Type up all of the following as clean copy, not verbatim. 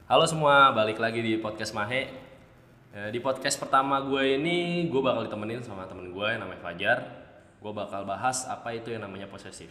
Halo semua, balik lagi di podcast Mahe. Di podcast pertama gue ini, gue bakal ditemenin sama temen gue yang namanya Fajar. Gue bakal bahas apa itu yang namanya posesif.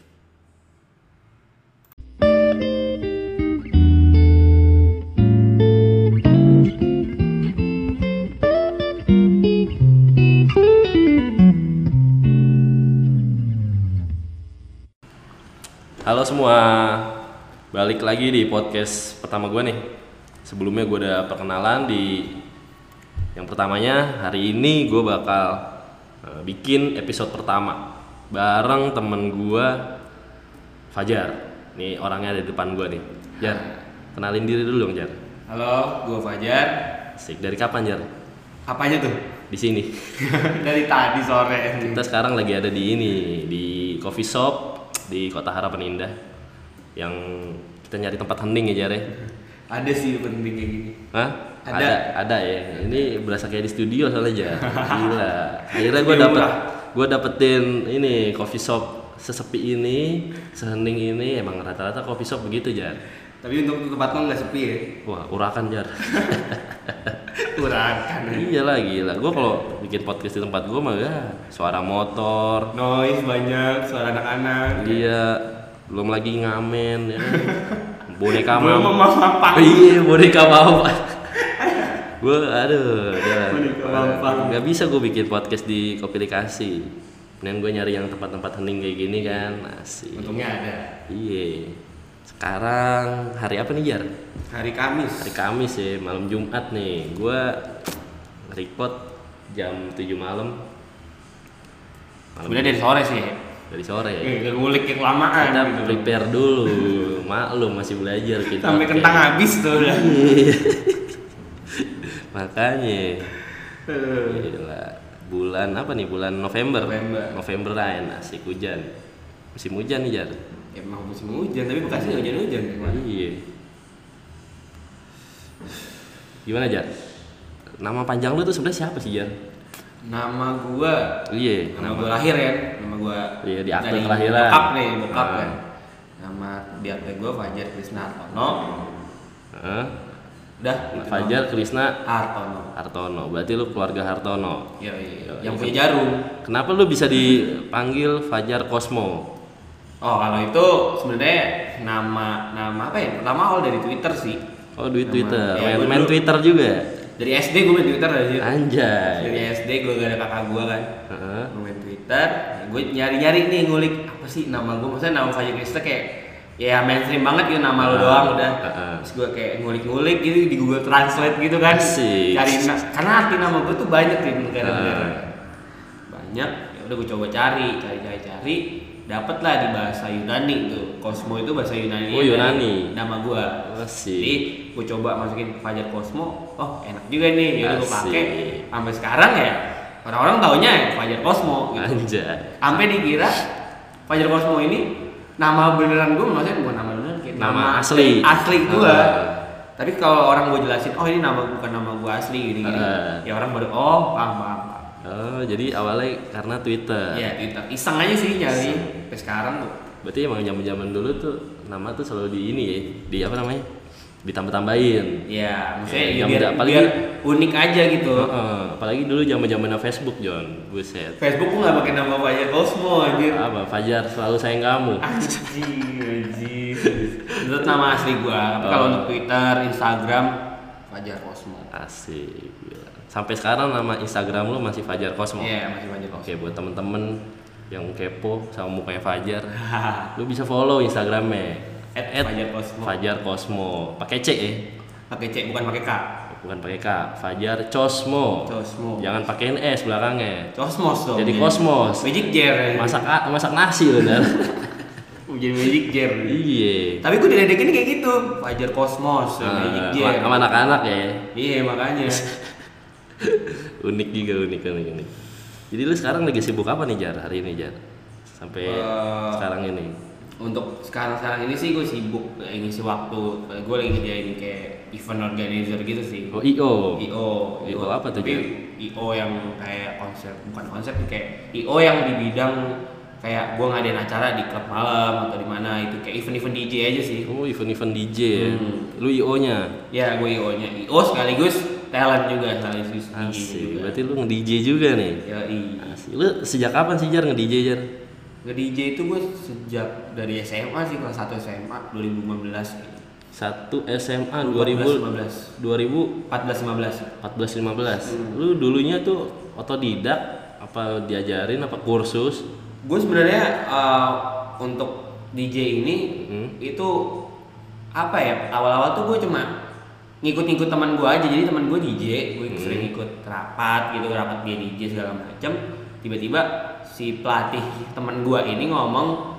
Halo semua, balik lagi di podcast pertama gue nih. Sebelumnya gue udah perkenalan di yang pertamanya. Hari ini gue bakal bikin episode pertama bareng temen gue Fajar. Nih orangnya ada di depan gue nih. Jar, kenalin diri dulu dong Jar. Halo, gue Fajar. Asik, dari kapan Jar? Apanya tuh? Di sini. Dari tadi sore. Kita sekarang lagi ada di ini, di coffee shop di Kota Harapan Indah. Yang kita nyari tempat hening ya Jar ya. Ada sih penting kayak gini. Hah? Ada ya. Ini berasa kayak di studio soalnya aja. Gila. Akhirnya gue dapetin ini coffee shop sesepi ini, sehening ini. Emang rata-rata coffee shop begitu Jar. Tapi untuk tempat lo nggak sepi ya? Wah, urakan Jar. Urakan. Iyalah gila. Gue kalau bikin podcast di tempat gue mah ya suara motor, Noise banyak, suara anak-anak. iya, belum lagi ngamen ya. Boneka Belum memampang. Iya, boneka mampang. Gue aduh, Boneka mampang. nggak bisa gue bikin podcast di Kopilikasi. Kemudian gue nyari yang tempat-tempat hening kayak gini kan, asik. Untungnya ada. Iya. Sekarang hari apa nih Jar? Hari Kamis. Hari Kamis ya, malam Jumat nih. Gue record jam 7 malam. Sebenarnya dari sore sih. Dari sore ya. Gak ngulik yang kelamaan. Kita gitu. prepare dulu. Maklum masih belajar kita. Sampai kentang habis tuh udah. Iya. Makanya. Gila. Bulan apa nih? Bulan November. Novemberan, asik hujan. Musim hujan nih Jar. Ya emang musim hujan, tapi Bekasi nggak hujan-hujan. Iya. Gimana Jar? Nama panjang lu tuh sebenarnya siapa sih Jar? Nama gua, Iya. nama gua lahir ya. Nama gua Iya, di akte dari kelahiran. Bokap nih, bokap Ah. kan. Nama di akte gua Fajar Krisna Hartono. Hah? Udah. gitu Fajar doang. Krisna Hartono. Hartono. Berarti lu keluarga Hartono. Iya, Iya, yang iya. punya jarum. Kenapa lu bisa dipanggil Fajar Cosmo? Oh, kalau itu sebenarnya nama apa ya? Pertama awal dari Twitter sih. Oh, duit Nama- Twitter. ya, gua Main dulu- Twitter juga. Dari SD gue main Twitter aja. Anjay. Dari SD gue gak ada kakak gue kan. Heeh. Gue main Twitter, gue nyari-nyari nih ngulik apa sih nama gue. Maksudnya nama Fajar Krisna kayak ya mainstream banget gitu nama lo doang udah. Terus gue kayak ngulik-ngulik gitu di Google Translate gitu kan. Asik. Cari karena arti nama gue tuh banyak di negara-negara. Banyak. Ya udah gue coba cari, dapet lah di bahasa Yunani tuh. Cosmo itu bahasa Yunani. Oh, Yunani. Nama gue. Asik. Jadi gue coba masukin Fajar Cosmo, oh enak juga nih, jadi gue Asik. pakai sampai sekarang ya orang-orang taunya ya Fajar Cosmo gitu. Anjay. Sampai dikira Fajar Cosmo ini nama beneran gue, maksudnya bukan nama beneran, kayak Nama asli. gue. Ah. Tapi kalau orang gue jelasin, oh ini bukan nama gue asli gini, ya orang baru paham. Oh, jadi awalnya karena Twitter. Ya Twitter, iseng aja sih nyari sampai sekarang tuh. Berarti emang zaman-zaman dulu tuh nama tuh selalu di ini ya, di apa namanya? Ditambah-tambahin. Ya, maksudnya Ya, biar apalagi- biar unik aja gitu. Apalagi dulu zaman-zaman Facebook, John. Buset. Facebook gue gak pakai nama Fajar Cosmo anjir. Apa? Fajar selalu sayang kamu. Anjir. Itu nama asli gua. Tapi kalau untuk Twitter, Instagram Fajar Cosmo. Asik. Gila. Sampai sekarang nama Instagram lu masih Fajar Cosmo. Iya, masih Fajar Cosmo. Oke, buat temen-temen yang kepo sama mukanya Fajar, lu bisa follow Instagramnya Fajar Cosmo. Fajar Cosmo. Pakai C ya, Pakai C bukan pakai K. bukan pakai K. Fajar Cosmo. Cosmo. Jangan pakein S belakangnya. Cosmos dong. Jadi Cosmos. Magic Jar. Ya. Masak nasi bener. Jadi Magic Jar. Iya. Tapi gua diledekin kayak gitu. Fajar Cosmos, Magic Jar. Sama anak-anak ya. Iya, makanya. Unik juga, unik. Jadi lu sekarang lagi sibuk apa nih Jar hari ini Jar? Sampai sekarang ini. Untuk sekarang ini sih gue sibuk ngisi waktu. Gue lagi ngerjain kayak event organizer gitu sih. Oh IO. IO apa tuh, tapi Jar? IO yang kayak bukan konsep kayak IO yang di bidang kayak gue ngadain acara di klub malam atau di mana itu kayak event-event DJ aja sih. Oh event-event DJ ya. Lu IO-nya. Ya, gue IO-nya. IO sekaligus talent juga sekaligus. Asik. Berarti lu nge-DJ juga nih. Asik. Lu sejak kapan sih Jar nge-DJ Jar? Nge-DJ itu gue sejak dari SMA sih, kelas 1 SMA 2015. 1 SMA 2014 15. Lu dulunya tuh otodidak apa diajarin apa kursus? Gue sebenarnya untuk DJ ini itu apa ya, awal-awal tuh gue cuma ngikut-ngikut teman gue aja. Jadi teman gue DJ, gue sering ikut rapat gitu, rapat dia DJ segala macam. Tiba-tiba si pelatih teman gue ini ngomong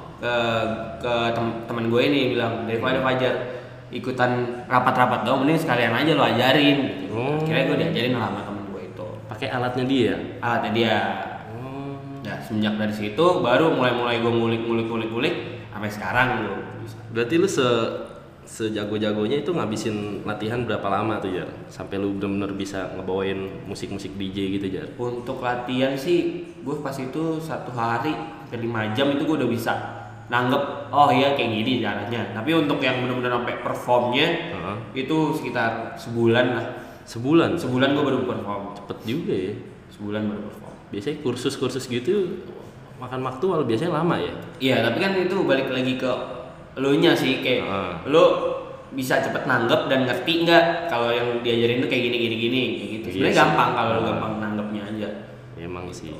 ke teman gue ini, bilang, daripada Fajar ikutan rapat-rapat dong, mending sekalian aja lo ajarin gitu. Akhirnya gue diajarin sama teman gue itu. Pakai alatnya dia. Alatnya dia. Nah, semenjak dari situ baru mulai gue ngulik sampai sekarang lo bisa. Berarti lu sejago-jagonya itu ngabisin latihan berapa lama tuh Jar? Sampai lu bener-bener bisa ngebawain musik-musik DJ gitu Jar? Untuk latihan sih gue pas itu 1 hari ke 5 jam itu gue udah bisa nanggep, oh iya kayak gini caranya. Tapi untuk yang bener-bener sampai performnya itu sekitar sebulan lah. Sebulan gue baru perform. Cepet juga ya. Sebulan baru perform. Biasanya kursus-kursus gitu makan waktu biasanya lama ya? Iya, tapi kan itu balik lagi ke lo nya sih, kayak lo bisa cepet nanggep dan ngerti nggak kalau yang diajarin tuh kayak gini kayak gitu. Sebenarnya gampang kalau lo gampang nanggepnya aja. Emang sih.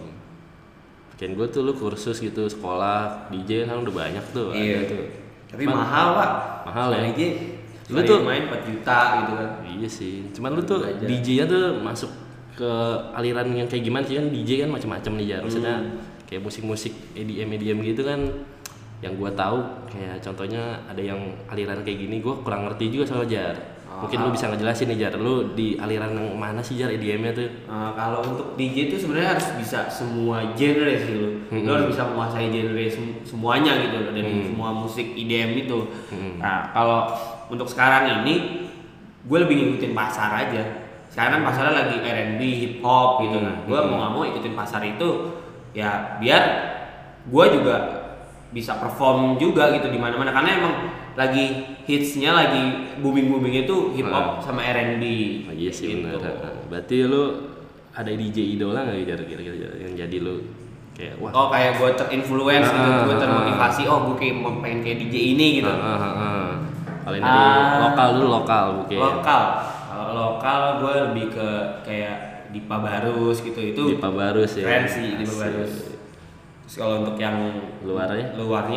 Bikin gue tuh lu kursus gitu sekolah DJ kan udah banyak tuh. Iya tuh. Tapi mahal Pak. Mahal ya. DJ Lu tuh main 4 juta gitu kan. Iya sih. Cuman lu tuh DJ-nya tuh masuk ke aliran yang kayak gimana sih? Kan DJ kan macam-macam nih Jar. Maksudnya kayak musik-musik EDM gitu kan, yang gua tahu kayak contohnya ada yang aliran kayak gini, gua kurang ngerti juga soal Jar. Mungkin lu bisa ngejelasin nih Jar, lu di aliran yang mana sih Jar EDM-nya tuh? Kalau untuk DJ itu sebenarnya harus bisa semua genre sih lu. Lu harus bisa menguasai genre semuanya gitu dari semua musik EDM itu. Nah, kalau untuk sekarang ini gue lebih ngikutin pasar aja. Sekarang kan pasarnya lagi R&B, hip hop gitu. Nah, gue mau nggak mau ikutin pasar itu ya biar gue juga bisa perform juga gitu di mana-mana, karena emang lagi hitsnya lagi booming itu hip hop sama R&B. Iya sih gitu. benar. Berarti lu ada DJ idola nggak kira-kira yang jadi lu kayak wah? Oh, kayak gue terinfluence gitu, gue termotivasi. Oh, gue kayak mau pengen kayak DJ ini gitu. Kalau dari lokal dulu mungkin. Kalau lokal gue lebih ke kayak Dipa Barus gitu. Itu Dipa Barus ya. Keren sih Dipa Barus. Terus kalau untuk yang luarnya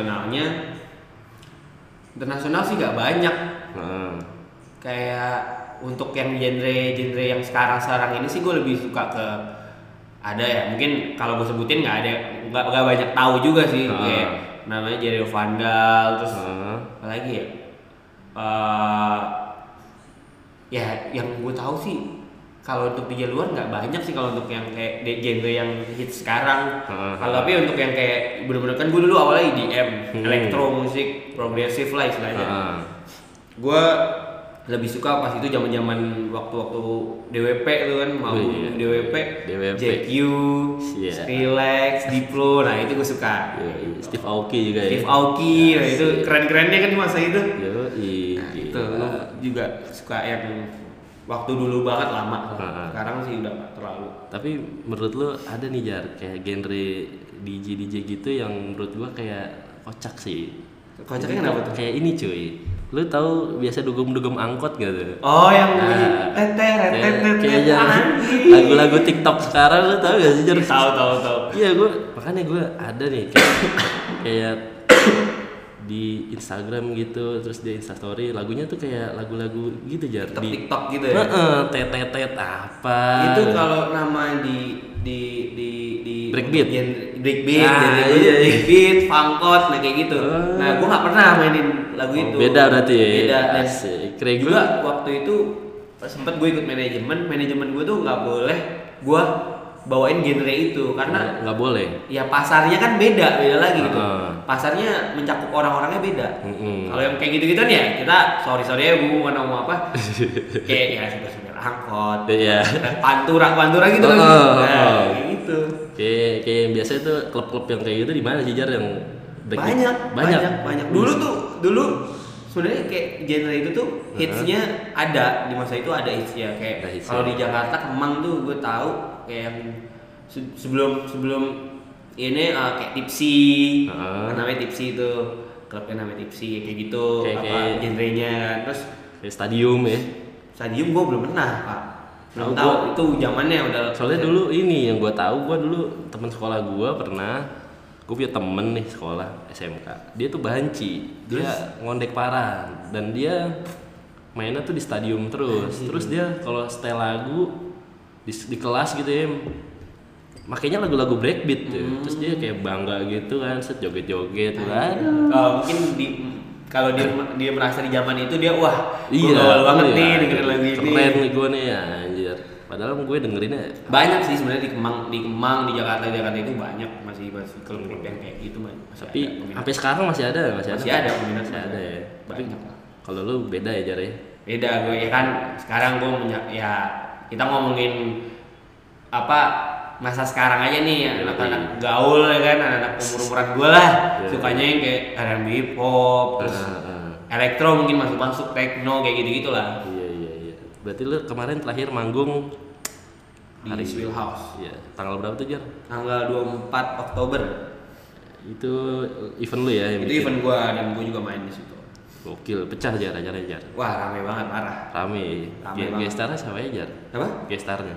internasional sih gak banyak. Kayak untuk yang genre yang sekarang ini sih gue lebih suka ke, ada ya mungkin kalau gue sebutin nggak banyak tahu juga sih. Kayak namanya Jerry Vandal, terus apa lagi ya? Ya yang gue tahu sih kalau untuk DJ luar nggak banyak sih, kalau untuk yang kayak genre yang hits sekarang. Kalau tapi untuk yang kayak bener-bener, kan gue dulu awalnya EDM, elektro musik progresif lah istilahnya. Gue lebih suka pas itu zaman waktu DWP itu kan, mau DWP, JQ, Skrillex, Diplo, nah itu gue suka. Steve Aoki juga Steve Aoki, nah itu keren-kerennya kan di masa itu. Nah, itu lu juga suka yang waktu dulu banget, lama. Sekarang sih udah gak terlalu. Tapi menurut lu ada nih Jar, kayak genre DJ gitu yang menurut gua kayak kocak sih. Kocaknya kenapa tuh? Kayak ini cuy, lu tahu biasa dugem angkot gak tuh? Oh, yang kayak lagu-lagu TikTok sekarang, lu tahu gak sih Jar? Tahu. Iya, makanya gue ada nih kayak di Instagram gitu, terus di Instastory lagunya tuh kayak lagu-lagu gitu Jar, di TikTok gitu ya. Tetet apa? Itu kalau nama di breakbeat. Breakbeat, breakbeat, funkot, nah kayak gitu. Nah, gue nggak pernah mainin lagu itu. Beda berarti ya. Beda. Dan keren juga waktu itu sempet gue ikut manajemen gue tuh nggak boleh gue bawain genre itu karena nggak boleh. Ya pasarnya kan beda lagi gitu. Pasarnya mencakup orang-orangnya beda. Kalau yang kayak gitu kan ya kita sorry ya, gue bukan ngomong apa. Kayak ya supir angkot, pantura gitu kan. Kayak gitu. Kayak yang biasa itu klub-klub yang kayak gitu di mana sih Jar, yang banyak. Dulu sebenarnya kayak genre itu tuh hitsnya ada di masa itu, ada hitsnya kayak kalau di Jakarta Kemang tuh gue tahu kayak yang sebelum ini kayak Tipsy, namanya Tipsy itu klubnya namanya Tipsy kayak gitu, kayak genrenya kan. Terus kayak Stadium ya. Stadium gue belum pernah Pak, belum tahu itu zamannya udah. Soalnya dulu ini yang gue tahu, gue dulu teman sekolah gue pernah, gue punya temen nih sekolah SMK, dia tuh banci, dia ngondek parah dan dia mainnya tuh di Stadium terus dia kalau setel lagu di kelas gitu ya, makanya lagu-lagu breakbeat tuh, terus dia kayak bangga gitu kan, set joget-joget kan. Mungkin kalau dia merasa di zaman itu dia wah gaul banget nih dengerin lagu ini, keren nih gue nih ya anjir. Padahal gue dengerinnya banyak sih sebenarnya di Kemang di Jakarta itu banyak masih klub-klub yang kayak gitu tapi sampai sekarang masih ada peminat ya. Tapi kalau lu beda ya Jar ya. Beda gue ya kan, sekarang gue ya kita ngomongin apa masa sekarang aja nih anak-anak gaul ya kan, anak-anak umur-umuran gue lah sukanya yang kayak R&B, pop, terus elektro mungkin masuk techno kayak gitu-gitu lah. Iya. Berarti lu kemarin terakhir manggung di Swill House. Iya. Tanggal berapa tuh Jar? Tanggal 24 Oktober. Itu event lu ya? Itu event gua dan gua juga main di situ. Gokil, pecah Jar acaranya Jar. Wah rame banget parah. Rame gestarnya siapa ya Jar? Apa? Gestarnya.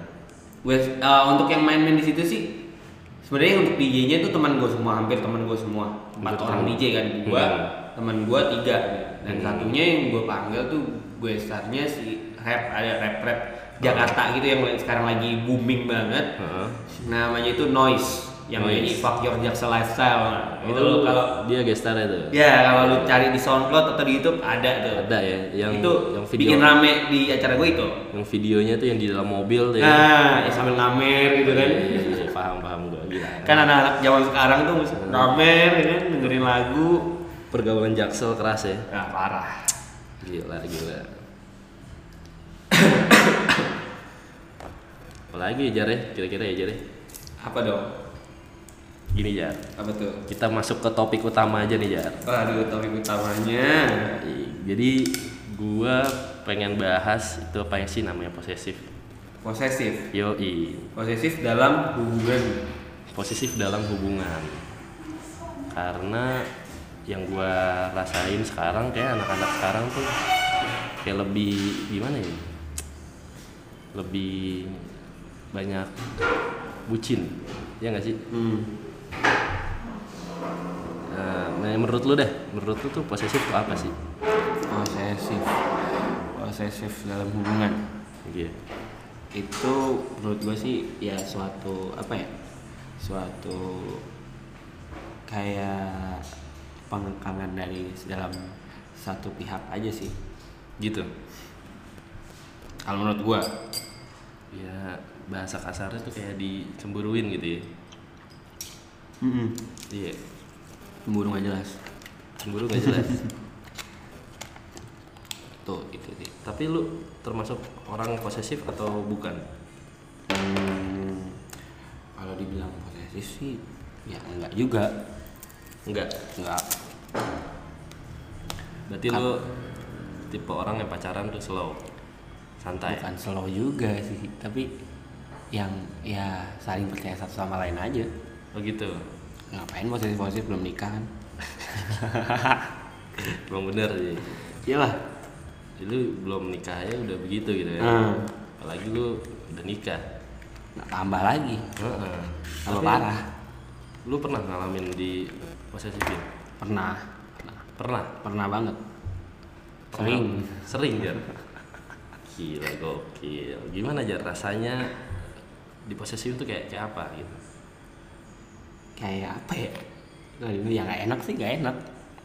Untuk yang main-main di situ sih sebenarnya untuk DJ-nya tuh teman gua semua, hampir teman gua semua. 4 orang DJ kan. Gua teman gua 3 dan satunya yang gua panggil tuh gestarnya si ada rap Jakarta gitu yang sekarang lagi booming banget. Namanya itu Noise yang nyanyi Fuck Your Jaksel Lifestyle. Itu lo kalau dia gestar itu. Ya, kalau lu cari di SoundCloud atau di YouTube ada tuh. Ada ya, yang video bikin rame di acara gue itu. Yang videonya tuh yang di dalam mobil tuh. Nah, ya sambil ngamer gitu kan. Iya, paham gue gila. Kan anak-anak zaman sekarang tuh ngamer ya kan, dengerin lagu. Pergaulan Jaksel keras ya. Nah, parah. Gila. Apalagi Jar ya, kira-kira ya Jar ya? Apa dong? Gini Jar. Apa tuh? Kita masuk ke topik utama aja nih Jar. Waduh, topik utamanya. Jadi gua pengen bahas itu apa yang sih namanya posesif. Yoi. Posesif dalam hubungan. Posesif dalam hubungan. Karena yang gua rasain sekarang kayak anak-anak sekarang tuh kayak lebih gimana ya? Lebih banyak bucin, ya nggak sih? Nah, menurut lu tuh posesif itu apa sih? Posesif dalam hubungan. Iya. Itu menurut gue sih ya suatu kayak pengekangan dari dalam satu pihak aja sih. Gitu. Kalau menurut gue. Ya bahasa kasarnya tuh kayak dicemburuin gitu ya. Iya. Cemburu nggak jelas. Tuh itu sih. Tapi lu termasuk orang posesif atau bukan? Kalau dibilang posesif sih ya enggak juga. Enggak. Berarti lu tipe orang yang pacaran tuh slow, santai. Bukan slow juga sih, tapi yang ya saling percaya satu sama lain aja. Oh gitu. Ngapain posesif belum nikah kan? Belum bener sih. Iyalah. Lu belum nikah ya udah begitu gitu ya. Apalagi lu udah nikah. Nggak tambah lagi. Kalau parah. Lu pernah ngalamin di posesifin? Pernah banget. Sering Jar. Gila gokil. Gimana Jar rasanya di posesif itu kayak apa gitu? Kayak apa ya? Ini yang nggak enak sih, nggak enak.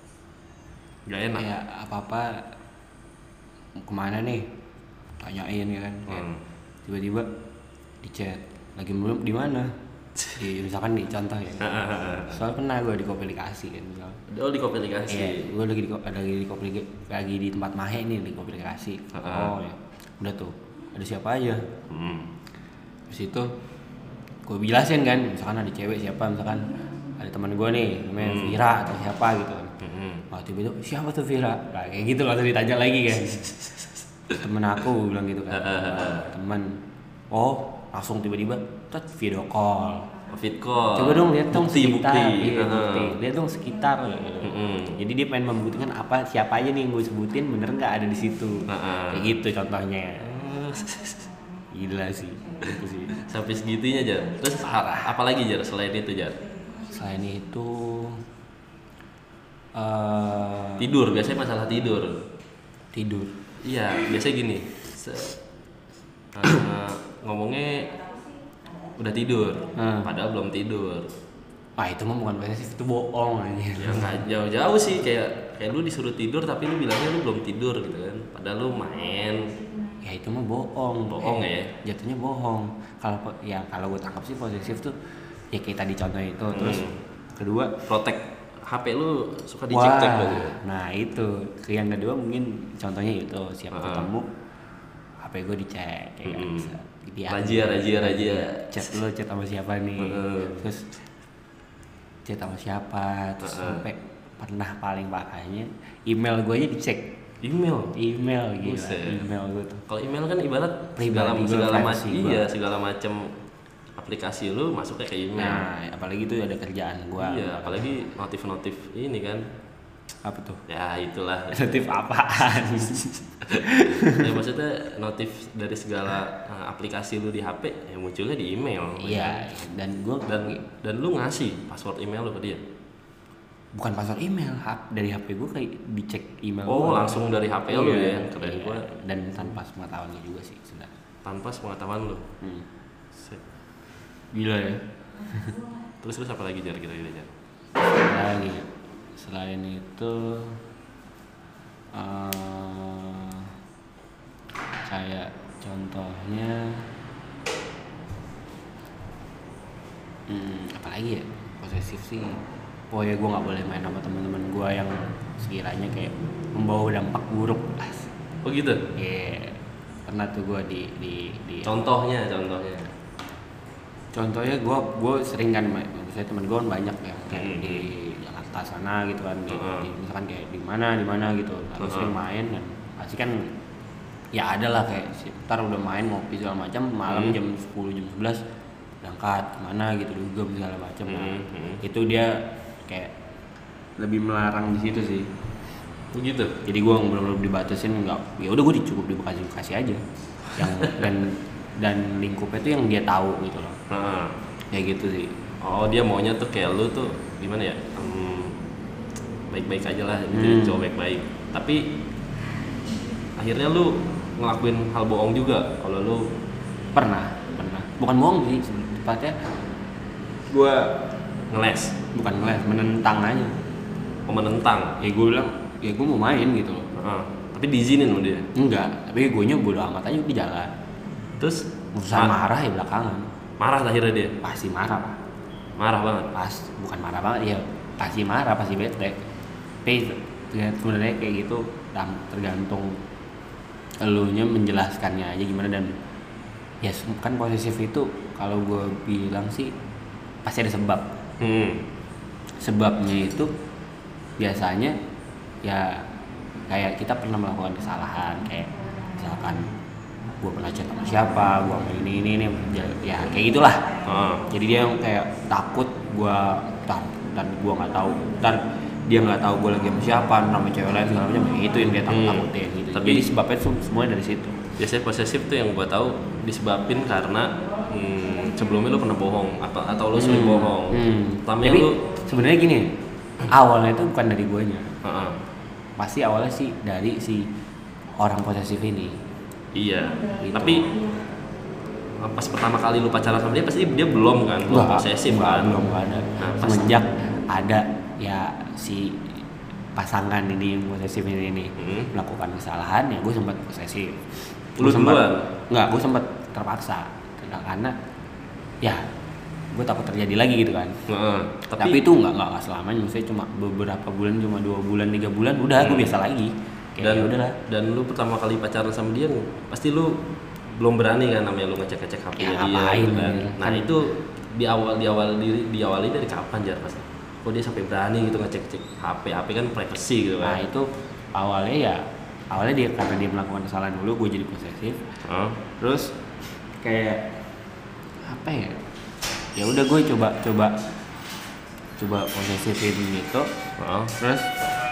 Kayak apa-apa kemana nih? Tanyain ya kan. Tiba-tiba di chat lagi belum di mana? Misalkan nih contoh ya. Soal pernah gue di Kopelikasi kan. Di Kopelikasi. Iya, gue lagi di tempat Mahe nih di Kopelikasi. Oh ya. Udah tuh. Ada siapa aja? Terus itu gue jelasin kan, misalkan ada cewek siapa, misalkan ada teman gue nih namanya Vira atau siapa gitu kan. Tiba-tiba siapa tuh Vira? Nah, kayak gitu langsung ditanya lagi kan. Temen aku bilang gitu kan. Temen. Oh, langsung tiba-tiba video call. Fit call. Coba dong lihat dong sekitar. Bukti. Bukti. Lihat dong sekitar. Jadi dia pengen membuktikan siapa aja nih yang gue sebutin bener nggak ada di situ. Kayak gitu contohnya. Gila sih. Gitu sih. Sampai segitunya Jar. Terus apalagi Jar selain itu Jar? Selain itu tidur, biasanya masalah tidur. Iya, biasanya gini. Ngomongnya udah tidur, padahal belum tidur. Itu mah bukan posesif, itu bohong aja. Ya nggak jauh-jauh sih, kayak lu disuruh tidur tapi lu bilangnya lu belum tidur gitu kan, padahal lu main. Ya itu mah bohong. Ya. Jatuhnya bohong. Kalau gue tangkap sih posesif tuh ya kayak tadi contoh itu. Terus kedua, protect HP lu suka dicek-cek gitu. Nah itu, yang kedua mungkin contohnya itu siapa ketemu HP gue dicek, kayak bisa. Rajia. Chat sama siapa nih? Terus chat sama siapa? Terus sampai pernah paling parahnya email gue aja dicek. Email gila. Email gue tuh. Kalau email kan ibarat segala macam aplikasi lu masuknya ke email. Nah, apalagi itu ada kerjaan gua. Iya, apalagi notif ini kan. Apa tuh? Ya itulah. Notif apaan? Ya maksudnya notif dari segala aplikasi lu di HP ya munculnya di email. Iya, dan lu ngasih password email lu ke dia. Bukan password email, dari HP gua kayak dicek email. Langsung dari HP lu ya. Keren gua. Dan tanpa sepengetahuannya juga sih sebenarnya. Tanpa sepengetahuan lu. Gila ya. Terus apa lagi Jar kira-kira Jar? Selain itu kayak contohnya apalagi ya posesif sih. Pokoknya gue nggak boleh main sama teman-teman gue yang sekiranya kayak membawa dampak buruk. Oh gitu? Iya. Pernah tuh gue di Contohnya gue sering kan, misalnya teman gue kan banyak ya kayak di Jakarta sana gitu kan, misalkan kayak di mana gitu, lalu sering main dan pasti kan ya ada lah kayak ntar udah main ngopi segala macam malam jam 10 jam 11 berangkat kemana gitu juga segala macam. Itu dia kayak lebih melarang di situ sih. Begitu. Jadi gue belum dibatasin, nggak, ya udah gue cukup di Bekasi aja yang dan lingkupnya tuh yang dia tahu gitu loh. Kayak gitu sih. Oh, dia maunya tuh kayak lu tuh gimana ya? Baik-baik aja lah, jadi cowok baik-baik. Tapi akhirnya lu ngelakuin hal bohong juga kalau lu pernah. Bukan bohong sih, tepatnya gue bukan ngeles, menentang aja. Menentang? Ya gue bilang, ya gue mau main gitu loh. Tapi diizinin sama dia? Enggak, tapi gue nya bodo amat aja di jalan. Terus? Urusan marah ya belakangan. Marah akhirnya dia? Pasti marah Pak. Marah banget? Bukan marah banget ya, pasti marah, pasti bete. Tapi sebenarnya kayak gitu tergantung elunya menjelaskannya aja gimana. Dan ya kan posesif itu kalau gue bilang sih pasti ada sebab. Sebabnya itu biasanya ya kayak kita pernah melakukan kesalahan, kayak misalkan gue pernah chat sama siapa, gue ini ya kayak gitulah. Jadi dia yang kayak takut gue dan gue nggak tahu, dan dia nggak tahu gue lagi sama siapa, sama cewek lain segala macam. Itu yang dia takutin gitu. Tapi jadi sebabnya semuanya dari situ. Biasanya posesif tuh yang gue tahu disebabin karena sebelumnya lu pernah bohong atau lu sering bohong. Tapi sebenarnya gini, awalnya itu bukan dari guanya. Pasti awalnya sih dari si orang posesif ini. Iya. Gitu. Tapi pas pertama kali lu pacaran sama dia pasti dia belum kan, belum posesif kan? Belum ada. Semenjak ada ya si pasangan ini posesif ini melakukan kesalahan, ya gue sempat posesif. Lu duluan? Enggak, gue sempat terpaksa karena ya gue takut terjadi lagi gitu kan. Tapi itu enggak selamanya, maksudnya cuma beberapa bulan, cuma 2 bulan 3 bulan udah gue biasa lagi. Dan lu pertama kali pacaran sama dia pasti lu belum berani kan, namanya lu ngecek HP-nya dia gitu kan. Nah, itu diawali dari kapan Jar pasti? kok dia sampai berani gitu ngecek HP kan privacy gitu Nah kan. itu awalnya dia karena dia melakukan kesalahan dulu, gue jadi posesif. Terus kayak apa ya udah gue coba posesifin gitu. Terus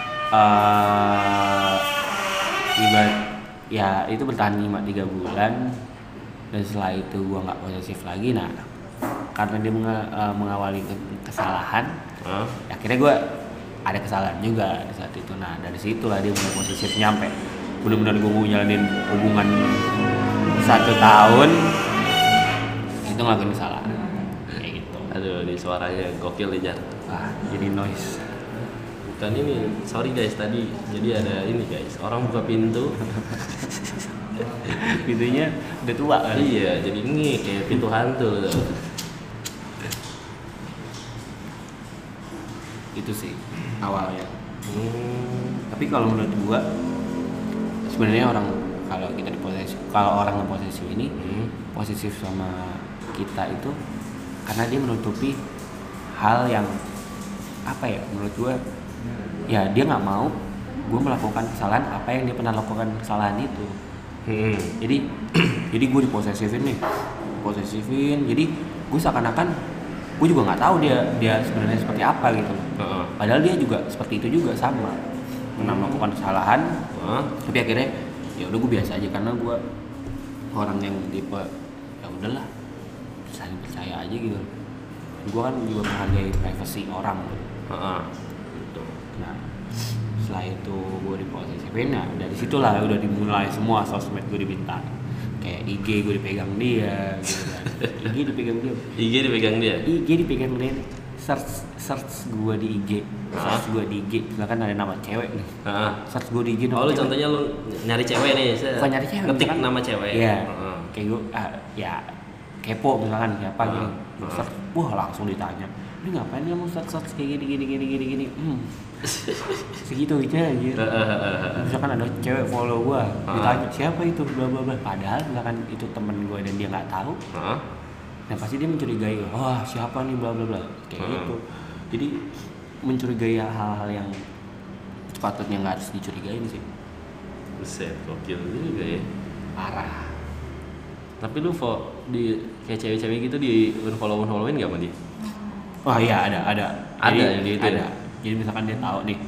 ya itu bertahan 3 bulan, dan setelah itu gue nggak posesif lagi. Nah karena dia mengawali kesalahan, akhirnya gue ada kesalahan juga di saat itu. Nah dari situlah dia mulai posesif, nyampe benar-benar gue ngejalanin hubungan 1 tahun itu ngelakuin kesalahan kayak gitu. Aduh, di suaranya gokil nih Jar. Jadi noise. Bukan ini, sorry guys tadi. Jadi ada ini guys, orang buka pintu. Pintunya udah tua kan? Iya, jadi ini kayak pintu hantu tuh. Itu sih awalnya. Tapi kalau menurut gua sebenarnya kalau orang ngeposesif ini posesif sama kita itu karena dia menutupi hal yang apa ya, menurut gua ya dia nggak mau gue melakukan kesalahan apa yang dia pernah lakukan kesalahan itu. Jadi gue diposesifin, jadi gue seakan-akan gue juga nggak tahu dia sebenarnya seperti apa gitu. Padahal dia juga seperti itu juga, sama pernah melakukan kesalahan. Tapi akhirnya ya udah gue biasa aja karena gue orang yang tipe ya udahlah saling percaya aja gitu. Gue kan juga menghargai privasi orang gitu. Nah setelah itu gue diposesifin, nah dari situlah udah dimulai semua sosmed gue diminta. Kayak IG gue dipegang dia gitu kan. IG dipegang dia. Search gue di IG. Misalkan ada nama cewek nih. Search gue di IG. Lu contohnya lu nyari cewek nih. Bukan nyari cewek. Ngetik nama cewek. Iya. Kayak gue ya kepo misalkan siapa gitu. Search, wah langsung ditanya. Ini ngapain kamu search kayak gini. Segitu aja gitu. Misalkan ada cewek follow gua, ditanya siapa itu bla bla bla. Padahal misalkan itu temen gua dan dia nggak tahu. Nah pasti dia mencurigai, wah siapa nih bla bla bla kayak gitu. Jadi mencurigai hal-hal yang sepatutnya nggak harus dicurigain sih. Buset, gokil juga ya. Parah. Tapi lu di kayak cewek-cewek gitu di unfollowin nggak sama dia? Oh iya ada. Ada yang di itu. Ada. Jadi misalkan dia tahu nih.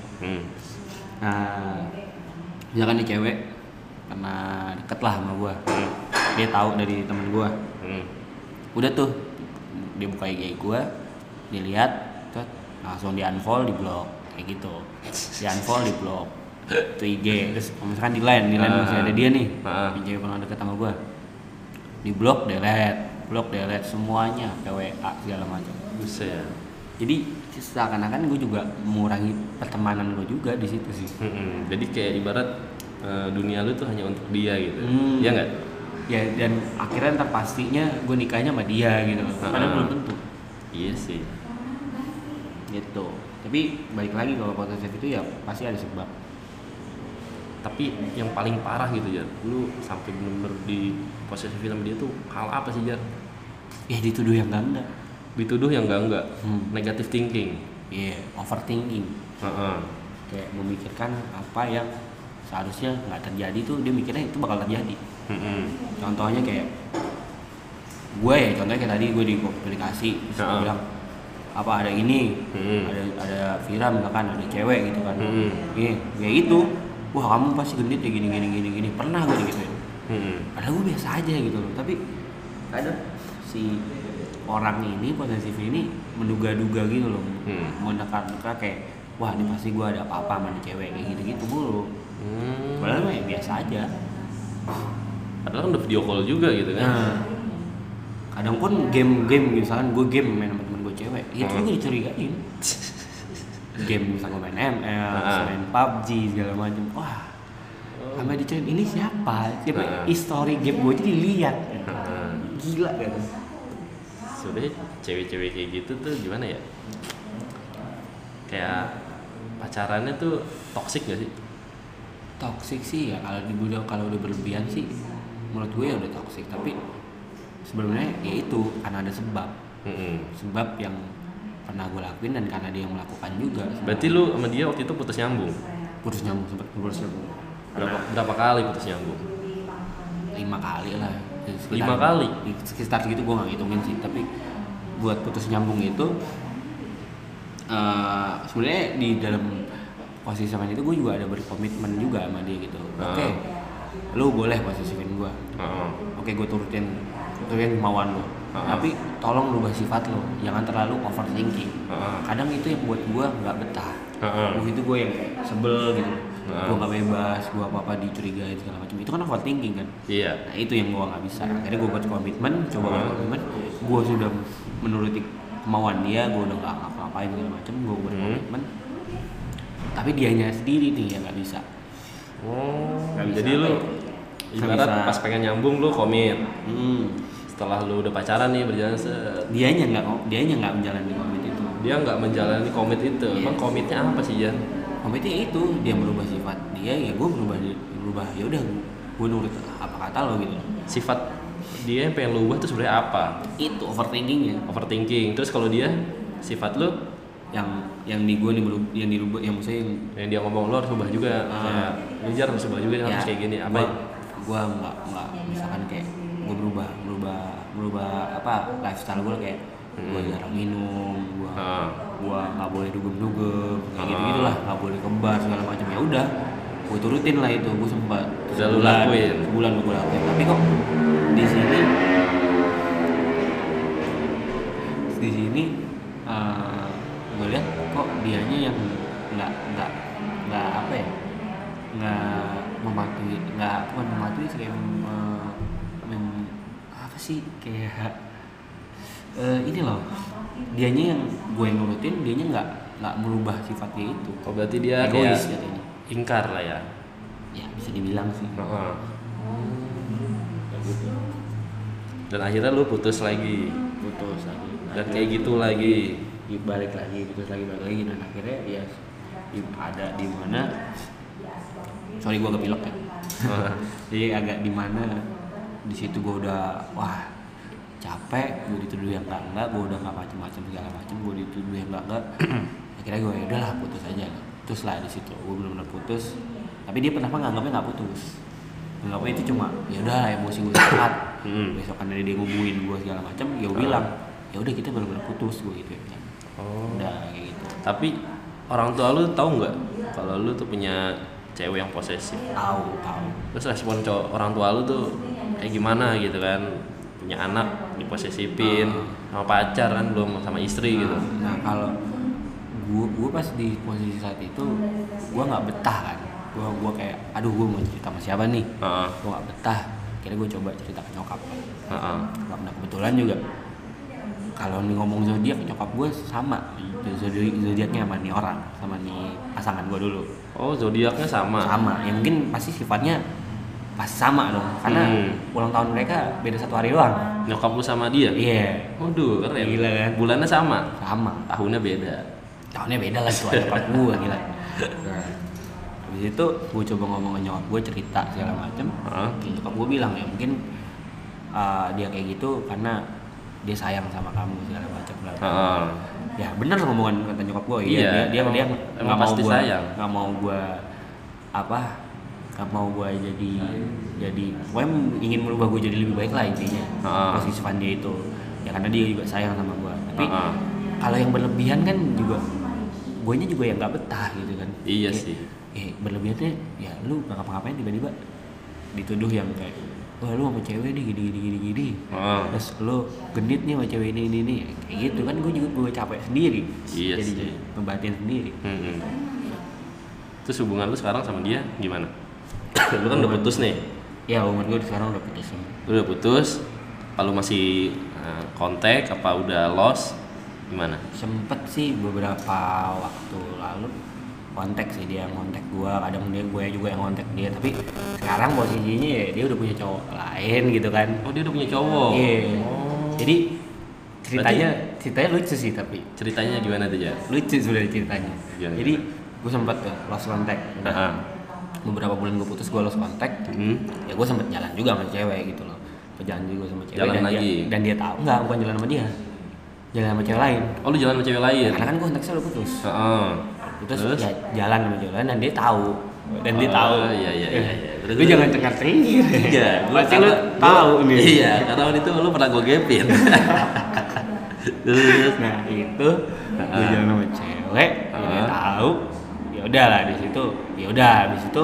Nah, misalkan nih cewek karena deket lah sama gua. Dia tahu dari temen gua. Udah tuh dia buka IG gua, dilihat, tuh langsung di unfollow, di blok kayak gitu. Di unfollow, di blok. Itu IG. Terus misalkan di line masih ada dia nih. Yang cewek pernah deket sama gua. Di blok, delete semuanya, PWA segala macam. Buset. Jadi seakan-akan gue juga mengurangi pertemanan gue juga di situ sih. Jadi kayak ibarat dunia lu tuh hanya untuk dia gitu. Iya nggak? Ya dan akhirnya ntar pastinya gue nikahnya sama dia gitu. Padahal belum tentu. Iya sih. Gitu. Tapi balik lagi kalau posesif itu ya pasti ada sebab. Tapi yang paling parah gitu Jar, lu sampai bener-bener di posesif sama dia tuh hal apa sih Jar? Ya dituduh yang enggak. Dituduh yang enggak. Negative thinking. Iya, overthinking. Kayak memikirkan apa yang seharusnya nggak terjadi tuh dia mikirnya itu bakal terjadi. Contohnya kayak gue ya, contohnya kayak tadi gue di aplikasi terus bilang apa ada ini, ada Vira misalkan ada cewek gitu kan. Kayak gitu. Wah kamu pasti genit ya gini pernah gue gitu ya. Padahal gue biasa aja gitu loh, tapi kadang si orang ini posesif ini menduga-duga gitu loh, mendekat-dekat kayak wah ini pasti gue ada apa-apa sama nih cewek kayak gitu mulu. Padahal mah ya biasa aja. Padahal kan udah video call juga gitu kan. Nah, kadang pun game misalkan gue game main sama temen gue cewek, itu juga dicurigain. Game misalnya main ML, main PUBG segala macam. Wah, sampai dicurigain ini siapa? History game gue jadi lihat. Gila kan? Sudah cewek-cewek kayak gitu tuh gimana ya? Kayak pacarannya tuh toksik gak sih? Toksik sih ya kalau udah berlebihan sih menurut gue ya udah toksik. Tapi sebenarnya ya itu karena ada sebab yang pernah gue lakuin dan karena dia yang melakukan juga. Berarti lu sama dia waktu itu putus nyambung? Sempet putus nyambung. Berapa kali putus nyambung? 5 kali lah. 5 kali? Sekitar segitu gue gak ngitungin sih, tapi buat putus nyambung itu sebenarnya di dalam posisi sama itu gue juga ada berkomitmen juga sama dia gitu. Oke, lu boleh posisiin gue. Oke, gue turutin kemauan lu. Tapi tolong rubah sifat lu, jangan terlalu overthinking. Kadang itu yang buat gue nggak betah. Itu gue yang sebel gitu. Gue nggak bebas, gue apa dicurigain segala macam. Itu kan overthinking kan. Iya. Nah itu yang gue nggak bisa. Akhirnya gue buat komitmen, gue sudah menuruti kemauan dia, gue udah nggak ngapa-ngapain segala macam. Gue buat komitmen. Tapi dianya sendiri nih yang nggak bisa. Jadi lu ibarat pas pengen nyambung lu komit. Setelah lu udah pacaran nih berjalan dianya nggak menjalani komit itu. Dia nggak menjalani komit itu. Emang komitnya apa sih, Jan? Komitnya itu dia merubah sifat dia, ya gue berubah. Ya udah, gue nurut apa kata lo gitu. Sifat dia yang pengen lu ubah tuh sebenarnya apa? Itu overthinking. Terus kalau dia sifat lu yang di gue yang dirubah, yang maksudnya yang dia ngomong lo harus ubah juga. Kayak lu Jar harus ubah juga, harus kayak gini. Apa? Gue nggak misalkan kayak gue berubah apa lifestyle gue kayak gue jarang minum, gue nggak boleh dugem kayak gitu gitulah, nggak boleh kebar segala macam. Ya udah, gue turutin lah itu. Gue sempat sebulan gue lakuin. Tapi kok di sini gue lihat kok dianya yang nggak apa ya, nggak mematuhi sih, kayak apa sih, kayak ini loh, dianya yang gue yang nurutin, dianya nggak merubah sifatnya itu. Oh berarti dia egois kayak katanya. Ingkar lah ya. Ya bisa dibilang sih. Dan akhirnya lu putus lagi. Dan kayak gitu lagi. Balik lagi. Dan akhirnya ya ada di mana, sorry gue kepilek ya. Jadi agak di mana di situ gue udah capek, gue dituduh yang enggak, gue udah nggak macem-macem segala macem, gue dituduh yang enggak. Akhirnya gue ya udahlah putus aja. Putus lah di situ, gue benar-benar putus. Tapi dia pernah nganggapnya nggak putus, nganggapnya itu cuma ya udah emosi gue sehat. Besokan dari dia ngubungin gue segala macem, ya gue bilang ya udah kita benar-benar putus, gue gitu ya. Udah kayak gitu. Tapi orang tua lu tahu nggak kalau lu tuh punya cewek yang posesif? Tahu. Terus respon orang tua lu tuh kayak gimana gitu kan? Punya anak diposesifin sama pacar kan, belum sama istri gitu. Nah kalau gue pas di posisi saat itu gue nggak betah kan. Gue kayak aduh, gue mau cerita sama siapa nih? Gue nggak betah. Akhirnya gue coba cerita ke nyokap. Nah kebetulan juga kalau nih ngomong zodiak, nyokap gue sama zodiaknya sama nih orang, sama nih pasangan gue dulu. Oh zodiaknya sama. Ya mungkin pasti sifatnya pasti sama dong, karena ulang tahun mereka beda 1 hari doang. Nyokap lu sama dia? Iya. Waduh keren. Gila kan? Bulannya sama? Sama. Tahunnya beda lah tuh nyokap gue, gila. Nah, habis itu gue coba ngomong ke nyokap gue, cerita segala macem. Nyokap gue bilang ya mungkin dia kayak gitu karena dia sayang sama kamu segala macam. Ya benar ngomongan kata nyokap gue. Iya, dia nggak mau gue sayang, nggak mau gue jadi pokoknya ingin merubah gue jadi lebih baik lah intinya. Posisi dia itu ya karena dia juga sayang sama gue. Tapi kalau yang berlebihan kan juga guanya juga yang nggak betah gitu kan. Iya sih. Berlebihannya ya lu nggak ngapa-ngapain tiba-tiba dituduh yang kayak wah lu sama cewek nih gini. Terus lu genit nih sama cewek ini kayak gitu kan. Gue capek sendiri. Iya jadi sih. ngebatin sendiri. Terus hubungan lu sekarang sama dia gimana? Lu kan udah putus nih. Ya hubungan gue sekarang udah putus. Lu udah putus? Apa lu masih kontak? Apa udah lost? Gimana? Sempet sih beberapa waktu lalu kontak sih, dia yang kontak gue, kadang gue juga yang kontak dia. Tapi sekarang posisinya ya dia udah punya cowok lain gitu kan. Oh dia udah punya cowok? Iya. Jadi ceritanya lucu sih, tapi ceritanya gimana tuh ya? Lucu sebenarnya ceritanya. Gimana? Jadi gue sempet lost contact. Beberapa bulan gue putus, gue lost contact. Ya gue sempet jalan juga sama cewek gitu loh. Jalan juga sama cewek. Jalan lagi? Dan dia tahu, bukan jalan sama dia. jalan sama cewek lain. Oh lu jalan sama cewek lain? Karena kan gue konteksnya udah putus. Putus Terus? ya jalan sama cewek lain dan dia tahu. Dia tahu. Iya. Lu jangan cengar-cengir. Iya, pasti lu tahu nih. Iya, karena waktu itu lu pernah gue gepin. Terus Nah itu gue jalan sama cewek, dia tahu. Ya udah lah di situ. Ya udah di situ.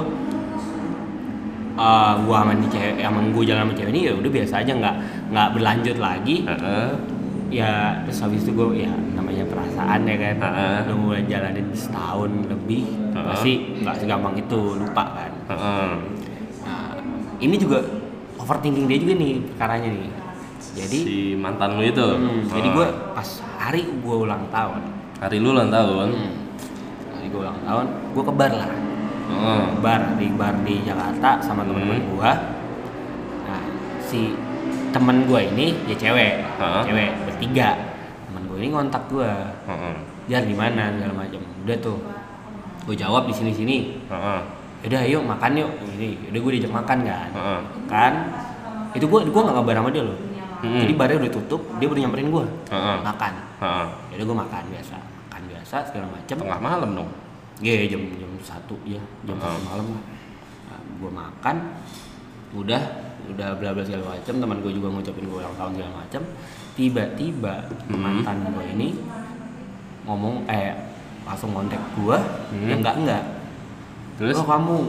Gua sama nih cewek, emang gue jalan sama cewek ini ya udah biasa aja, nggak berlanjut lagi. Ya terus habis itu gue ya namanya perasaan ya kan, udah mulai jalanin setahun lebih, pasti nggak segampang itu lupa kan. Nah ini juga overthinking dia juga nih perkaranya nih. Jadi si mantan lu itu. jadi gue pas hari gue ulang tahun. Hari lu ulang tahun. Hari gue ulang tahun, gue ke bar lah. Bar di Jakarta sama teman-teman gue. Nah si teman gue ini dia cewek bertiga. Teman gue ini ngontak gue, Jar di mana segala macam. Udah tuh, gue jawab di sini. Udah ayo makan yuk. Ini udah gue diajak makan kan. Kan itu gue nggak ngabar sama dia loh. Jadi barnya udah tutup, dia baru nyamperin gue makan. Udah gue makan biasa segala macam. Tengah malam dong. Iya jam 1 ya, jam 1 malam lah. Nah, gue makan, udah bla bla segala macam. Teman gue juga ngucapin gue ulang tahun segala macam. Tiba-tiba mantan gue ini ngomong langsung kontak gue, ya enggak. Terus? Oh kamu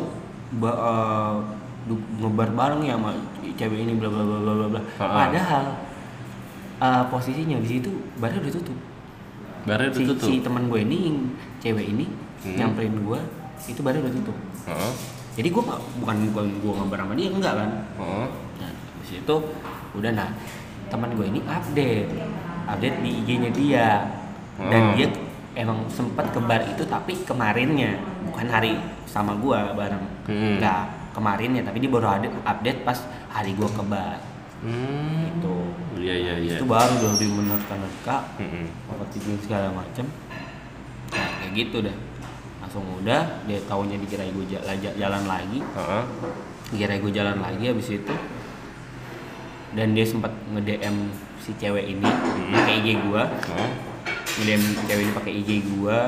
ngebar bareng ya sama cewek ini bla bla bla bla bla. Padahal posisinya di situ barnya udah tutup. Barnya udah tutup. Si teman gue ini, cewek ini nyamperin gue, itu barnya udah tutup. Jadi gue bukan gue ngabar sama dia enggak kan. Nah di situ udah teman gue ini update di IG-nya dia. Dan dia emang sempat ke bar itu tapi kemarinnya, bukan hari sama gue bareng. Enggak, kemarinnya, tapi dia baru update pas hari gue ke bar. Itu. Iya. Itu baru udah menerka-nerka, overthinking segala macem. Nah kayak gitu dah. Langsung udah, dia taunya dikira gue jalan lagi. Dikira gue jalan lagi habis itu. Dan dia sempat nge-DM si cewek ini pakai IG gue. Nge-DM cewek ini pakai IG gue.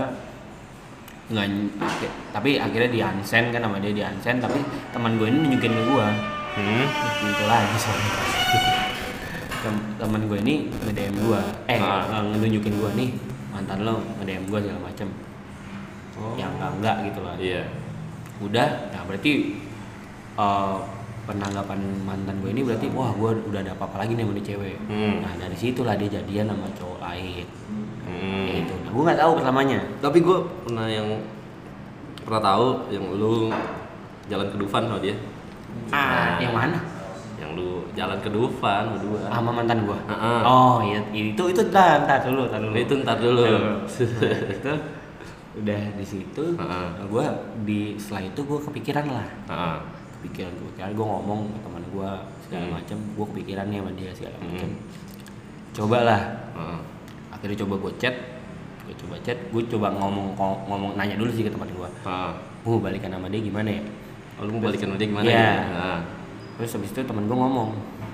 Tapi akhirnya di unsend kan sama dia, di unsend, tapi teman gue ini nunjukin ke gue. Itu lagi soalnya. Teman gue ini nge-DM gue, nunjukin gue nih mantan lo nge-DM gue segala macem. Yang enggak gitu lah. Iya. Udah, nah berarti penanggapan mantan gue ini berarti wah gue udah ada apa-apa lagi nih sama nih cewek. Nah dari situlah dia jadian sama cowok lain. Gitu. Nah, gue nggak tahu pertamanya. Tapi gue pernah tahu yang lu jalan ke Dufan sama dia. Yang mana? Yang lu jalan ke Dufan berdua. Sama mantan gue. Oh iya, itu ntar dulu. Itu ntar dulu. Itu udah di situ. Gue setelah itu gue kepikiran lah. Kepikiran gue ngomong ke teman gue segala macam. Gue kepikiran nih sama dia segala macam. Cobalah. Akhirnya coba gue chat, gue coba ngomong nanya dulu sih ke teman gue. Balikan sama dia gimana ya? Lu mau balikan sama dia gimana ya? Ya? Terus habis itu temen gue ngomong,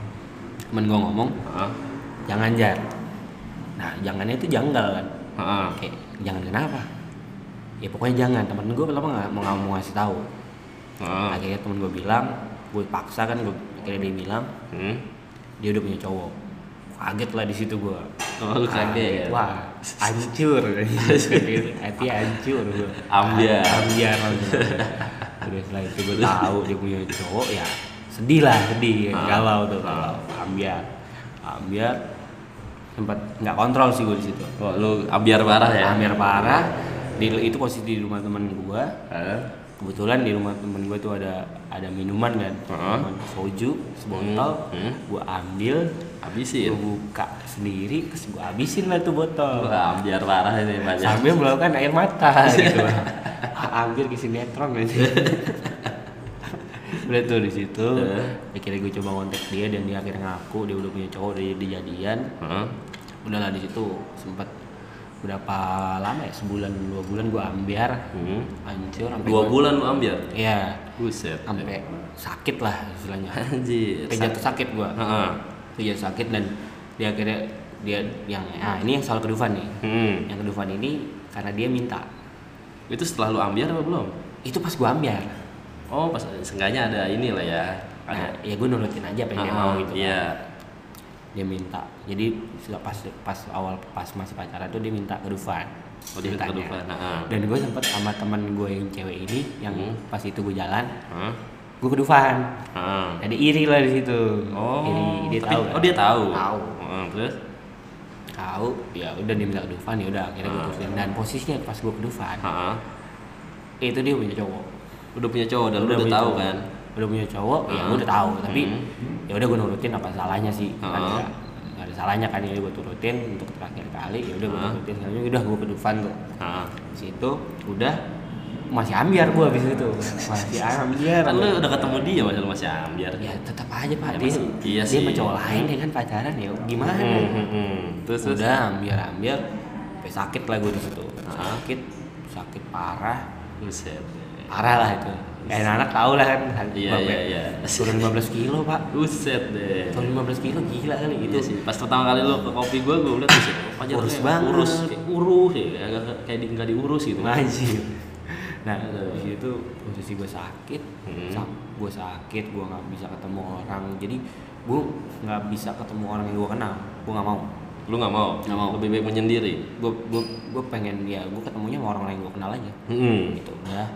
jangan Jar. Nah jangannya itu janggal kan? Kayak jangan kenapa? Ya pokoknya jangan. Temen gue pertama nggak mau ngasih tahu. Akhirnya temen gue bilang, gue paksa kan, akhirnya dia bilang, dia udah punya cowok. Kaget lah di situ gue. Lu kaget. Wah, hancur. Hati hancur gue. Ambiar. Udah setelah itu gue tahu dia punya cowok ya sedih, galau tuh, ambiar. Sempat nggak kontrol sih gue di situ. Oh, lu ambiar parah ya? Ambiar parah. Itu posisi di rumah temen gue. Kebetulan di rumah temen gue tuh ada minuman kan, soju sebotol. Gue ambil, habisin. Gue buka sendiri, terus gue habisin lah tuh botol. Wah, ambiar parah ini banyak. Sambil melakukan air mata gitu. Ambil ke sinetron aja. Udah tuh di situ. Akhirnya gue coba kontak dia dan dia akhirnya ngaku dia udah punya cowok, dia jadian. Udahlah di situ sempat berapa lama ya, 1-2 bulan gue ambiar, hancur sampai 2 bulan lu ambiar? Iya. Buset. Sampai sakit lah istilahnya. Anjir. Jatuh sakit gue. Jatuh sakit dan dia akhirnya Dia yang ini yang soal ke Dufan nih. Yang ke Dufan ini karena dia minta. Itu setelah lu ambiar apa belum? Itu pas gua ambiar. Oh, pas seenggaknya ada inilah ya. Nah, ya gue nurutin aja apa yang dia mau gitu. Iya. Dia minta. Jadi pas awal pas masih pacaran tuh dia minta ke Dufan. Oh, dia minta ke Dufan. Dan gue sempet sama teman gue yang cewek ini yang pas itu gue jalan. Gue ke Dufan. Jadi iri lah di situ. Oh. Iri, dia tapi, tahu. Oh, dia tahu. Tahu. Terus? Tahu. Ya udah dia minta ke Dufan, ya udah akhirnya gue terusin. Dan posisinya pas gue ke Dufan. Itu dia punya cowok. Udah punya cowok dan udah tahu cowok. kan? Udah punya cowok, ya gue udah tahu. Tapi ya udah gue nurutin, apa salahnya sih? Kan nggak ada salahnya kan, ya gue turutin untuk terakhir kali. Ya udah gue turutin. Selanjutnya udah gue ke Dufan tuh. Di situ udah masih ambiar gue abis itu. Masih ambiar. Kan lu udah ketemu dia masih ambiar. Ya tetap aja Pak. Ya, dia sama cowok lain ya kan pacaran, ya gimana? Terus udah ambiar sampai sakit lah gue di situ. Sakit parah. Buset. Parah lah itu. Kayak anak tahu lah kan. Iya. Turun 15 kilo Pak. Buset deh. Turun 15 kilo gila kali gitu. Iya sih. Pas pertama kali lu ke kopi gue liat buset. Kurus banget. Urus ya. Kayak nggak diurus gitu. Anjir. Nah, di situ posisi gue sakit. Gue sakit, gue nggak bisa ketemu orang. Jadi gue nggak bisa ketemu orang yang gue kenal. Gue nggak mau. Lu nggak mau? Nggak mau. Lebih baik menyendiri. Gue pengen ya gue ketemunya sama orang yang gue kenal aja. Gitu udah.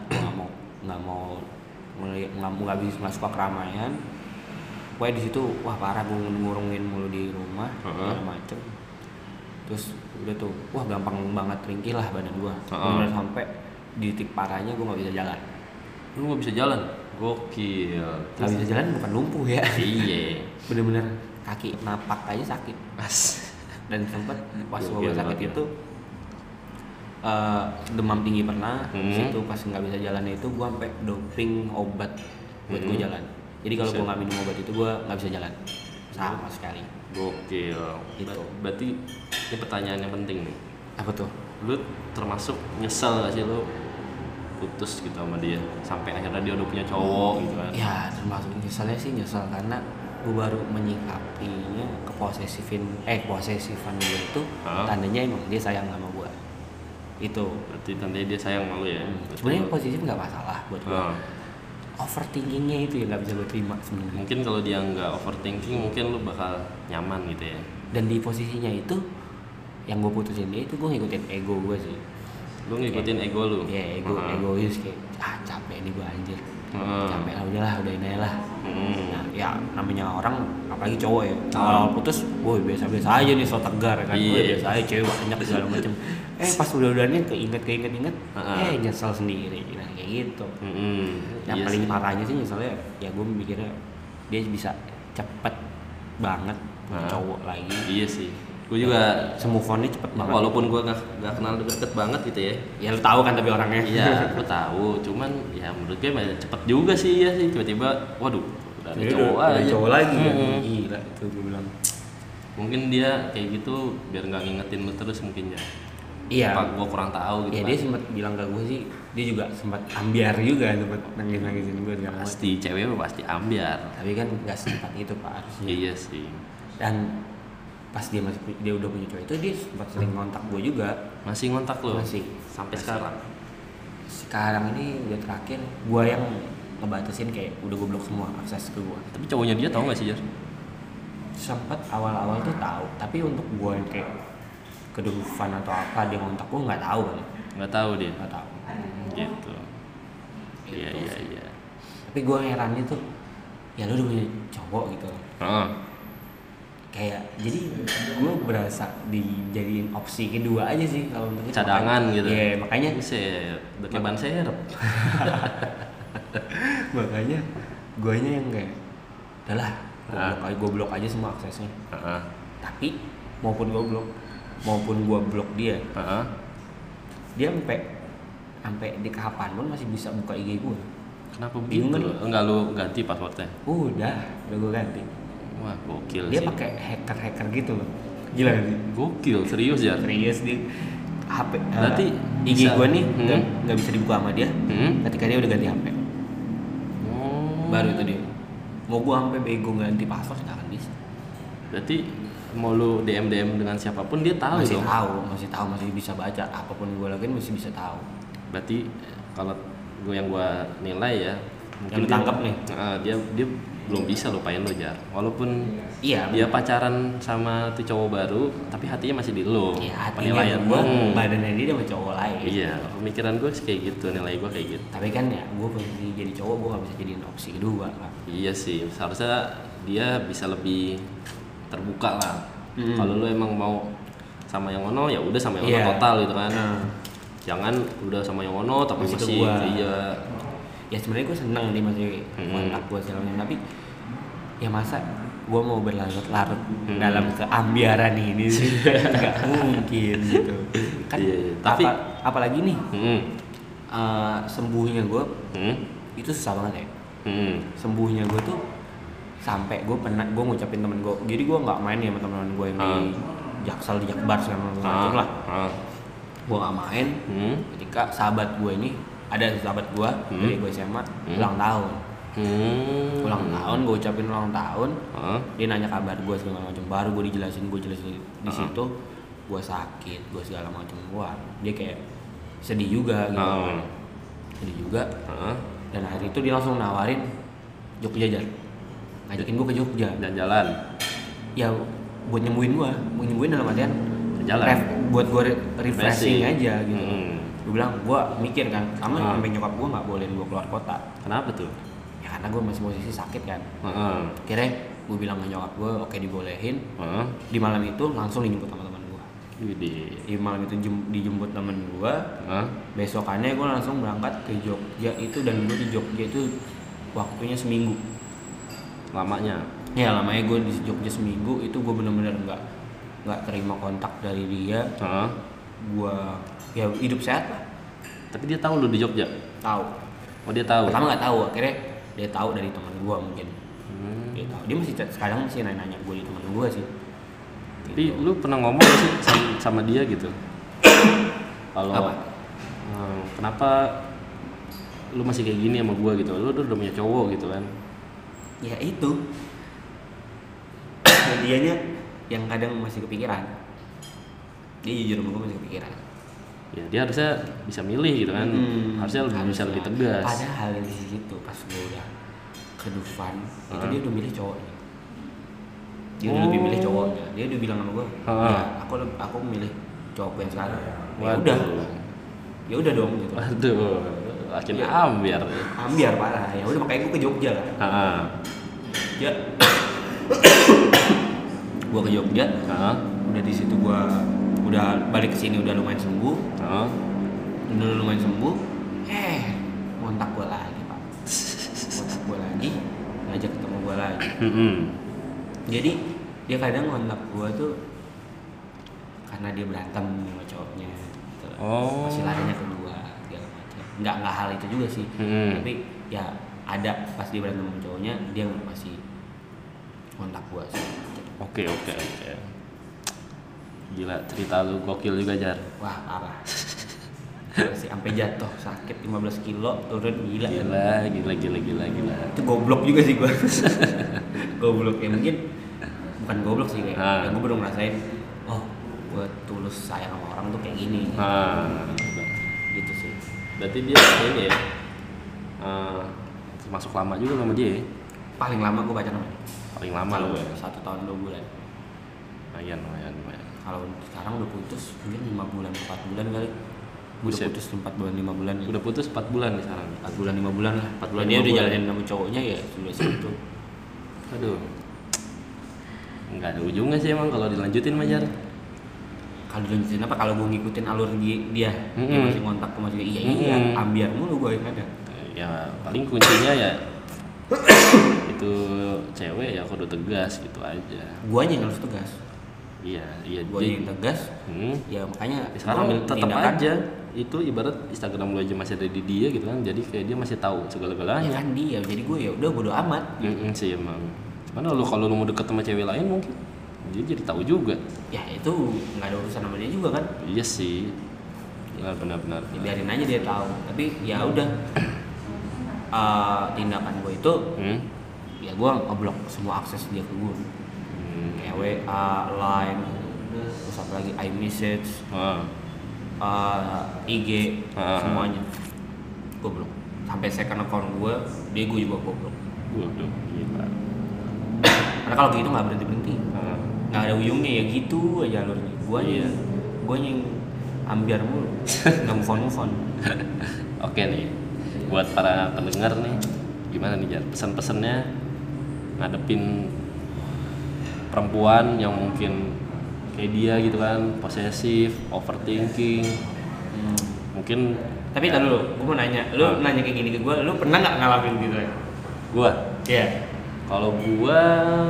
Nggak bisa suka keramaian. Pokoknya di situ wah parah, gue ngurungin mulu di rumah segala macem. Terus udah tuh wah gampang banget ringkih lah badan gue. Bener sampai di titik parahnya gue nggak bisa jalan. Lu nggak bisa jalan? Gokil. Nggak bisa jalan bukan lumpuh ya. Iya. Bener-bener kaki napak aja sakit. Dan sempet pas gue sakit itu demam tinggi pernah. Situ pas nggak bisa jalan itu gue sampai doping obat buat gue jalan. Jadi kalau gue nggak minum obat itu gue nggak bisa jalan sama sekali. Gokil. Itu. Berarti ini pertanyaan yang penting nih. Apa tuh? Lu termasuk nyesel gak sih lu putus gitu sama dia sampai akhirnya dia udah punya cowok gitu kan? Ya termasuk nyeselnya sih nyesel karena gue baru menyikapinya posesifan gue itu tandanya emang dia sayang sama gue. Itu berarti tandanya dia sayang sama lu ya. Sebenarnya posesif nggak masalah buat gue. Overthinkingnya itu yang nggak bisa gue terima sebenarnya. Mungkin kalau dia nggak overthinking mungkin lu bakal nyaman gitu ya. Dan di posisinya itu yang gue putusin dia itu gue ngikutin ego gue sih. Lu ngikutin ego lu? Iya, egois kayak capek nih gue anjir. Capek lah, udahlah, udahin aja lah. Nah, ya namanya orang apalagi cowok ya. Awal putus, boy biasa-biasa aja nih, so tegar kan. Biasa aja cewek banyak segala macam. Pas udah-udahannya keinget, nyesel sendiri. Nah, kayak gitu. Yang paling parahnya sih nyeselnya ya gue mikirnya dia bisa cepet banget cowok lagi. Iya sih. Gue juga move on-nya cepet banget. Walaupun gue nggak kenal deket banget gitu ya. Ya lu tahu kan tapi orangnya. Iya, gue tahu. Cuman ya menurut gue cepet juga sih ya sih. Tiba-tiba, waduh, udah ada cowok aja. Cowok lagi. Gila itu gue bilang. Mungkin dia kayak gitu biar nggak ngingetin lu terus mungkin ya. Iya. Apa gue kurang tahu gitu. Ya dia sempat bilang ke gue sih, dia juga sempat ambiar juga, sempat nangis-nangisin gue. Pasti cewek pasti ambiar. Tapi kan nggak sempat itu Pak harusnya. Iya sih. Dan pas dia udah punya cowok itu dia sempat sering ngontak gue juga. Masih ngontak lo? Masih. Sampai sekarang? Sekarang ini udah terakhir gue yang ngebatasin kayak udah gue blok semua akses ke gue. Tapi cowoknya dia tahu nggak sih Jar? Sempat awal-awal tuh tahu, tapi untuk gue yang kayak ke Dufan atau apa dia ngontak gue nggak tahu kan? Nggak tahu dia? Nggak tahu. Gitu. Iya. Tapi gue herannya tuh, ya lu udah punya cowok gitu. Kayak jadi gue berasa dijadiin opsi kedua aja sih kalau untuk cadangan gitu. Iya, makanya udah kayak ban serep. Makanya guanya yang kayak udahlah, gue blok aja semua aksesnya. Tapi maupun gue blok dia, dia sampai di kapan pun masih bisa buka IG gue. Kenapa begitu? Enggak lu ganti passwordnya? Udah gue ganti. Wah, gokil dia sih. Dia pakai hacker gitu loh. Gila sih. Gokil, serius ya? Serius dia. HP berarti IG gue nih nggak bisa dibuka sama dia. Ketika dia udah ganti HP. Baru itu dia. Mau gue sampai bego ganti password nggak akan bisa. Berarti mau lu DM dengan siapapun dia tahu masih dong. tahu masih bisa baca apapun gue lakuin masih bisa tahu. Berarti kalau yang gue nilai ya mungkin Yang tangkap nih. Dia belum bisa lupain lo Jar. Walaupun Iya. dia pacaran sama tuh cowok baru, tapi hatinya masih di lo. Iya, hatinya Penilaian gue badannya dia sama cowok lain. Iya, pemikiran gue sih kayak gitu, nilai gue kayak gitu. Tapi kan ya gue posisi jadi cowok gue nggak bisa jadiin opsi kedua kan. Iya sih, seharusnya dia bisa lebih terbuka lah. Kalau lu emang mau sama yang ono ya udah sama yang ono total gitu kan. Jangan udah sama yang ono tapi masih iya. Ya sebenarnya gue seneng nih masih kontak gue segala macam, tapi ya masa gue mau berlarut-larut dalam keambiaran ini sih nggak mungkin gitu kan. Tapi apalagi nih sembuhnya gue itu susah banget ya. Sembuhnya gue tuh sampai gue ngucapin temen gue, jadi gue nggak main ya sama teman-teman gue yang di Jaksel, di Jakbar segala macam lah. Gue nggak main ketika sahabat gue ini ada sahabat gue dari gue SMA ulang tahun. Gue ucapin ulang tahun. Dia nanya kabar gue segala macam, baru gue jelasin di situ gue sakit, gue segala macam. Wah, dia kayak sedih juga gitu. Dan hari itu dia langsung nawarin Jogja Jar, ngajakin gue ke Jogja dan jalan. Ya buat nyembuhin dalam artian jalan. Buat gue refreshing aja gitu. Gue bilang, gue mikir kan, sama sampai nyokap gue nggak bolehin gue keluar kota. Kenapa tuh? Ya karena gue masih posisi sakit kan. Akhirnya gue bilang ke nyokap gue, oke dibolehin. Di malam itu langsung dijemput sama teman gue. Di malam itu dijemput teman gue. Besokannya gue langsung berangkat ke Jogja itu, dan gue di Jogja itu waktunya seminggu. Lamanya? Ya lamanya gue di Jogja seminggu itu gue bener-bener nggak terima kontak dari dia. Gue ya hidup sehat lah. Tapi dia tahu lu di Jogja? Tahu. Oh dia tahu. Pertama nggak tahu, akhirnya dia tahu dari teman gue mungkin. Dia tahu. Dia sekarang masih nanya gue di teman gue sih. Tapi gitu. Lu pernah ngomong gak sih sama dia gitu? Kalau kenapa lu masih kayak gini sama gue gitu? Lu udah punya cowok gitu kan? Ya itu. Dianya yang kadang masih kepikiran. Dia jujur sama gue masih kepikiran. Ya dia harusnya bisa milih gitu kan. Harusnya bisa lebih tegas. Padahal di situ pas gue udah ke Dufan itu dia udah milih cowoknya. Dia udah lebih milih cowoknya. Dia udah bilang sama gue, ya aku milih cowok yang sekarang. Ya udah dong gitu. Waduh, akhirnya ambiar parah. Ya udah makanya gue ke Jogja kan. Ya. Gue ke Jogja. Udah di situ gue udah balik ke sini udah lumayan sembuh. Kontak gue lagi pak. Kontak gue lagi, ngajak ketemu gue lagi. Jadi dia kadang kontak gue tuh karena dia berantem sama cowoknya gitu. Masih larinya ke gue segala macam. Nggak hal itu juga sih. Tapi ya ada pas dia berantem sama cowoknya dia masih kontak gue sih. Oke. Gila, cerita lu gokil juga Jar. Wah parah. Masih sampai jatuh sakit 15 kilo turun gila. Itu goblok juga sih gue. Goblok ya mungkin bukan goblok sih kayak. Ya gue baru ngerasain. Oh, gue tulus sayang sama orang tuh kayak gini. Gitu sih. Berarti dia ini ya. Masuk lama juga sama dia. Paling lama gue pacaran. Paling lama lu ya. 1 tahun 2 bulan. Lumayan. Kalau sekarang udah putus mungkin 5 bulan 4 bulan kali. Udah putus 4 bulan 5 bulan. Udah putus 4 bulan nih sekarang. 4 bulan 5 bulan lah. 4 bulan. Dia udah jalanin sama cowoknya ya sudah situ. Aduh. Enggak ada ujungnya sih emang kalau dilanjutin Majar. Kalau dilanjutin apa? Kalau gue ngikutin alur dia masih ngontak ke masih iya ambiar mulu gue yang ada. Ya paling kuncinya ya itu cewek ya kudu tegas gitu aja. Guanya yang harus tegas. Iya. Gua yang tegas. Ya makanya sekarang tetap aja itu ibarat Instagram lu aja masih ada di dia gitu kan. Jadi kayak dia masih tahu segala-galanya. Ya kan dia. Jadi gue ya udah bodo amat. Sih emang. Cuman kalau lu mau deket sama cewek lain mungkin dia jadi tahu juga. Ya itu nggak ada urusan sama dia juga kan. Iya sih. Benar. Ya, biarin aja dia tahu. Tapi ya udah. Tindakan gue itu ya gue ngeblok semua akses dia ke gue. kayak WA, Line, terus apa lagi iMessage, IG, semuanya goblok. Sampai second account gue juga goblok. Waduh, gila. Karena kalau gitu nggak berhenti, nggak ada ujungnya ya gitu aja alurnya. Gue yang ambiar mulu, nggak move on. Oke nih, buat para pendengar nih, gimana nih Jar? Pesan-pesannya ngadepin perempuan yang mungkin kayak dia gitu kan, posesif, overthinking, mungkin. Tapi tadi dulu, gue mau nanya, lu nanya kayak gini ke gue, lu pernah nggak ngalamin gitu ya? Gua? Iya. Kalau gua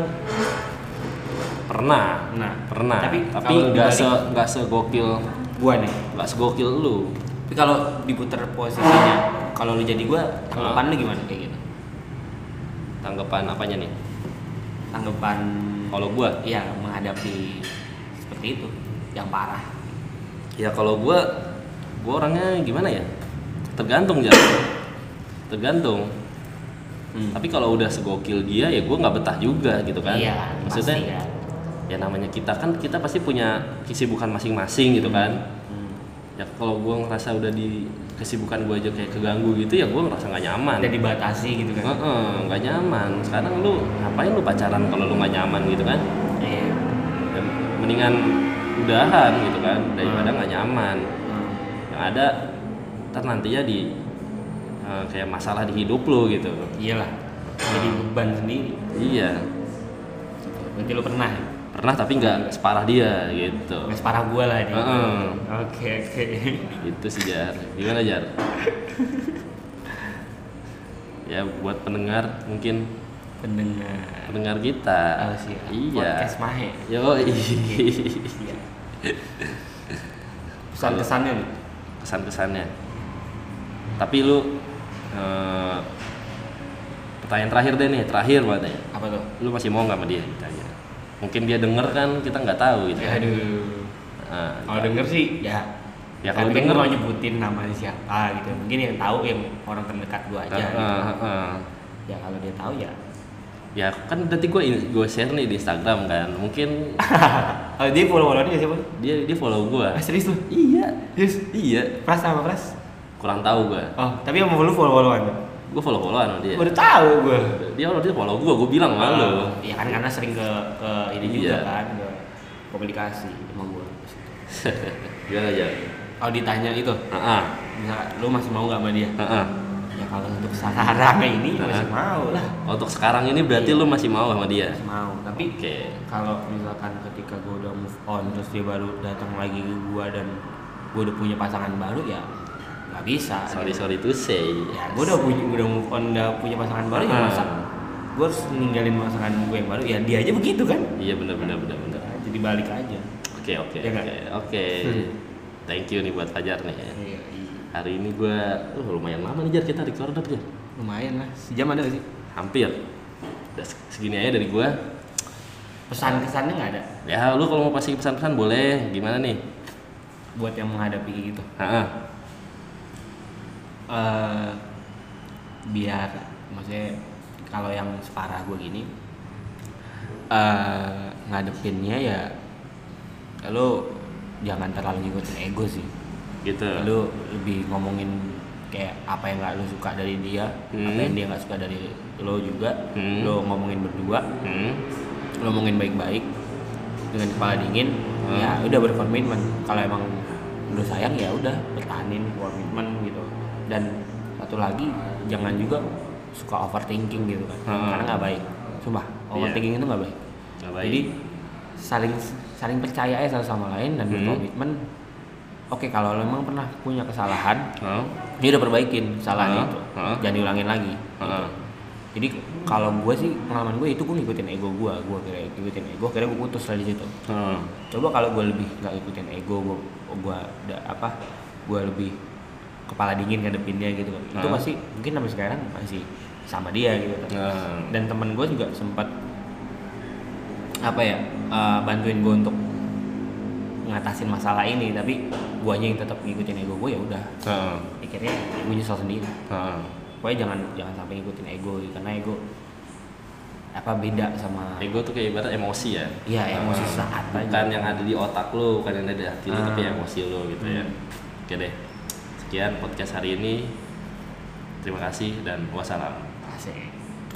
pernah. Tapi nggak segokil gua nih. Nggak segokil lu. Tapi kalau diputar posisinya, kalau lu jadi gua, tanggapan lu gimana kayak gitu? Tanggapan apanya nih? Tanggapan kalau gua? Iya, menghadapi seperti itu, yang parah. Ya kalau gua orangnya gimana ya? Tergantung ya. Tergantung. Tapi kalau udah segokil dia ya gue nggak betah juga gitu kan. Iya, maksudnya pasti, ya. Ya namanya kita pasti punya kesibukan masing-masing gitu kan. Ya kalau gue ngerasa udah di kesibukan gue aja kayak keganggu gitu ya gue ngerasa nggak nyaman. Udah dibatasi gitu kan. Nggak nyaman. Sekarang lu ngapain lu pacaran kalau lu nggak nyaman gitu kan? Iya. Ya, mendingan udahan gitu kan daripada nggak nyaman. Yang ada ntar nantinya kayak masalah di hidup lo gitu. Iyalah, jadi beban sendiri. Iya. Berarti lo pernah? Pernah tapi nggak separah dia gitu. Nggak separah gua lah dia. Oke. Itu sih Jar. Gimana Jar? Ya buat pendengar mungkin. Pendengar kita. Oh, sih. Iya. Podcast Mahe. Yoi. Iya. Kesan-kesannya nih. Kesan-kesannya. Tapi lu pertanyaan terakhir deh nih, terakhir banget ya. Apa tuh? Lu masih mau nggak sama dia ditanya? Mungkin dia denger kan, kita nggak tahu gitu. Aduh. Kalau denger sih ya kalau denger denger mau nyebutin namanya siapa gitu. Mungkin yang tahu yang orang terdekat gua aja. Gitu. Ya kalau dia tahu ya. Ya kan nanti gue share nih di Instagram kan, mungkin. Dia follow dia siapa? Dia follow gue. Serius lu? Iya. Iya. Pras sama Pras? Kurang tahu gue. Oh, tapi yang mau lu follow-followan? Gue follow-followan sama dia. Udah tahu gue. Dia follow gue bilang sama lu. Iya kan karena sering ke ini juga kan, ke komunikasi sama gue. Gimana aja? Kalau ditanya itu, bisa lu masih mau nggak sama dia? Ya kalau untuk sekarang ini masih mau lah. Untuk sekarang ini berarti lu masih mau sama dia? Masih mau, tapi kalau misalkan ketika gue udah move on terus dia baru datang lagi ke gue dan gue udah punya pasangan baru ya nggak bisa. Sorry to say. Ya gue udah move on, udah punya pasangan baru ya masa gue harus ninggalin pasangan gue yang baru, ya dia aja begitu kan. Iya benar. Jadi balik aja. Oke. Thank you nih buat Fajar nih. Iya. Hari ini gue lumayan lama nih Jar, kita record Jar. Lumayan lah, sejam ada gak sih? Hampir. Udah segini aja dari gue. Pesan-kesannya nggak ada? Ya lu kalau mau kasih pesan-pesan boleh. Gimana nih? Buat yang menghadapi gitu. Biar maksudnya kalau yang separah gue gini ngadepinnya ya lo jangan terlalu ngikutin ego sih gitu. Lo lebih ngomongin kayak apa yang nggak lo suka dari dia, apa yang dia nggak suka dari lo juga, lo ngomongin berdua, lo ngomongin baik-baik dengan kepala dingin. Ya udah berkomitmen, kalau emang udah sayang ya udah pertahanin komitmen gitu. Dan satu lagi jangan juga suka overthinking gitu kan, karena nggak baik. Sumpah overthinking itu nggak baik. Jadi saling percaya aja satu sama lain dan berkomitmen. Oke, kalau lo emang pernah punya kesalahan, dia udah perbaikin kesalahan itu, jangan diulangin lagi. Gitu. Jadi kalau gue sih pengalaman gue itu gue ngikutin ego gue kira ngikutin ego, akhirnya gue putus lah di situ. Coba kalau gue lebih nggak ngikutin ego, gue lebih kepala dingin ngadepinnya gitu kan, itu pasti mungkin sampai sekarang masih sama dia gitu kan. Dan temen gue juga sempat bantuin gue untuk ngatasin masalah ini, tapi guanya yang tetap ngikutin ego gue, ya udah akhirnya gue nyesel sendiri. Pokoknya jangan sampai ngikutin ego, karena ego apa beda sama ego tuh kayak ibarat emosi ya. Iya, emosi saat bukan yang ada di otak lo, bukan yang ada di hati lo, tapi emosi lo gitu ya. Oke deh, sekian podcast hari ini, terima kasih dan wassalam. Asik.